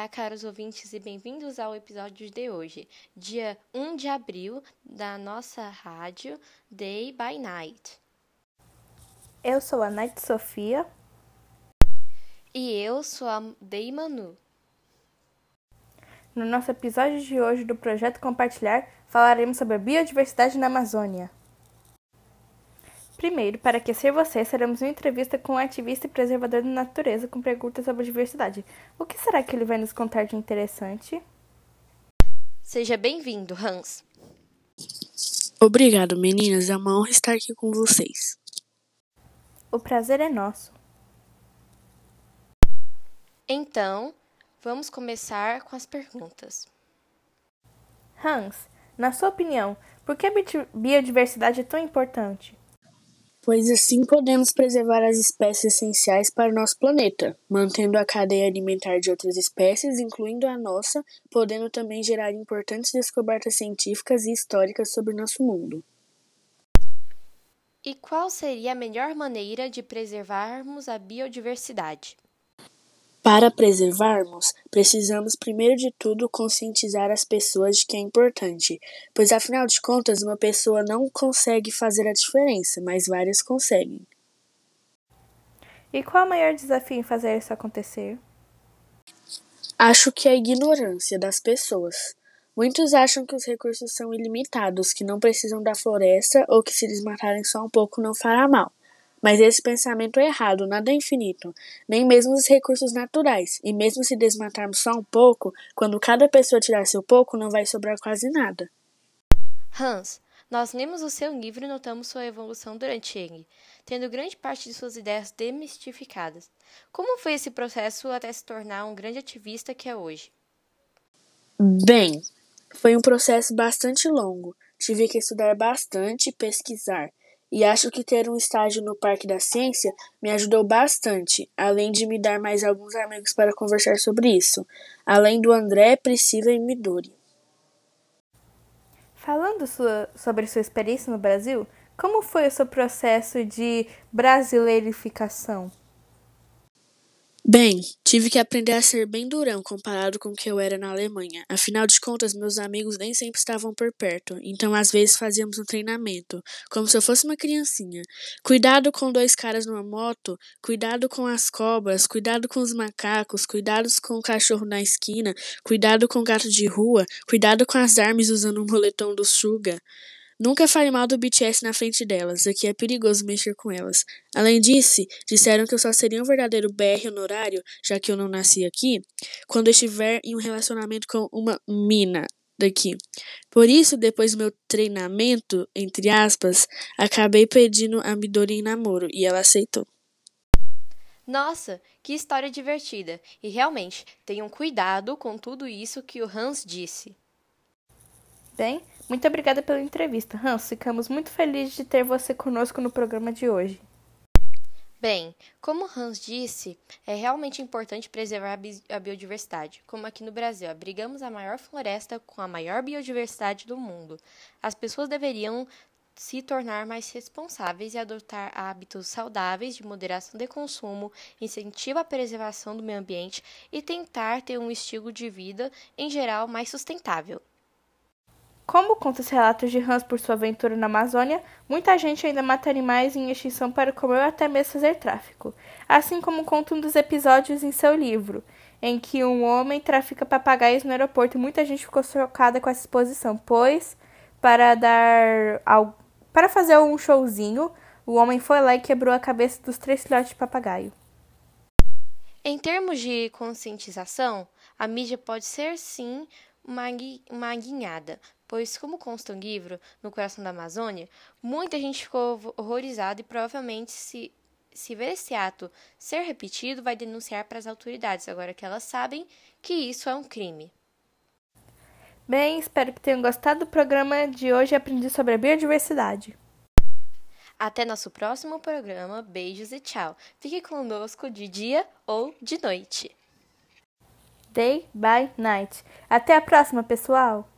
caros ouvintes, e bem-vindos ao episódio de hoje, dia 1 de abril, da nossa rádio Day by Night. Eu sou a Night Sofia. E eu sou a Day Manu. No nosso episódio de hoje do Projeto Compartilhar, falaremos sobre a biodiversidade na Amazônia. Primeiro, para aquecer você, faremos uma entrevista com um ativista e preservador da natureza com perguntas sobre a diversidade. O que será que ele vai nos contar de interessante? Seja bem-vindo, Hans. Obrigado, meninas. É uma honra estar aqui com vocês. O prazer é nosso. Então, vamos começar com as perguntas. Hans, na sua opinião, por que a biodiversidade é tão importante? Pois assim podemos preservar as espécies essenciais para o nosso planeta, mantendo a cadeia alimentar de outras espécies, incluindo a nossa, podendo também gerar importantes descobertas científicas e históricas sobre o nosso mundo. E qual seria a melhor maneira de preservarmos a biodiversidade? Para preservarmos, precisamos primeiro de tudo conscientizar as pessoas de que é importante, pois afinal de contas uma pessoa não consegue fazer a diferença, mas várias conseguem. E qual é o maior desafio em fazer isso acontecer? Acho que é a ignorância das pessoas. Muitos acham que os recursos são ilimitados, que não precisam da floresta ou que se eles matarem só um pouco não fará mal. Mas esse pensamento é errado, nada é infinito, nem mesmo os recursos naturais. E mesmo se desmatarmos só um pouco, quando cada pessoa tirar seu pouco, não vai sobrar quase nada. Hans, nós lemos o seu livro e notamos sua evolução durante ele, tendo grande parte de suas ideias demistificadas. Como foi esse processo até se tornar um grande ativista que é hoje? Bem, foi um processo bastante longo. Tive que estudar bastante e pesquisar. E acho que ter um estágio no Parque da Ciência me ajudou bastante, além de me dar mais alguns amigos para conversar sobre isso, além do André, Priscila e Midori. Falando sobre sua experiência no Brasil, como foi o seu processo de brasileirificação? Bem, tive que aprender a ser bem durão comparado com o que eu era na Alemanha. Afinal de contas, meus amigos nem sempre estavam por perto, então às vezes fazíamos um treinamento, como se eu fosse uma criancinha. Cuidado com 2 caras numa moto, cuidado com as cobras, cuidado com os macacos, cuidado com o cachorro na esquina, cuidado com o gato de rua, cuidado com as armas usando um moletom do Suga. Nunca fale mal do BTS na frente delas, aqui é perigoso mexer com elas. Além disso, disseram que eu só seria um verdadeiro BR honorário, já que eu não nasci aqui, quando eu estiver em um relacionamento com uma mina daqui. Por isso, depois do meu treinamento, entre aspas, acabei pedindo a Midori em namoro, e ela aceitou. Nossa, que história divertida! E realmente, tenham cuidado com tudo isso que o Hans disse. Bem, muito obrigada pela entrevista, Hans. Ficamos muito felizes de ter você conosco no programa de hoje. Bem, como Hans disse, é realmente importante preservar a biodiversidade. Como aqui no Brasil, abrigamos a maior floresta com a maior biodiversidade do mundo. As pessoas deveriam se tornar mais responsáveis e adotar hábitos saudáveis de moderação de consumo, incentivar a preservação do meio ambiente e tentar ter um estilo de vida, em geral, mais sustentável. Como conta os relatos de Hans por sua aventura na Amazônia, muita gente ainda mata animais em extinção para comer ou até mesmo fazer tráfico. Assim como conta um dos episódios em seu livro, em que um homem trafica papagaios no aeroporto e muita gente ficou chocada com essa exposição, pois, para fazer um showzinho, o homem foi lá e quebrou a cabeça dos 3 filhotes de papagaio. Em termos de conscientização, a mídia pode ser, sim, uma guinhada, pois, como consta no livro, no coração da Amazônia, muita gente ficou horrorizada e provavelmente, se ver esse ato ser repetido, vai denunciar para as autoridades, agora que elas sabem que isso é um crime. Bem, espero que tenham gostado do programa de hoje e aprendido sobre a biodiversidade. Até nosso próximo programa. Beijos e tchau. Fique conosco de dia ou de noite. Day by Night. Até a próxima, pessoal!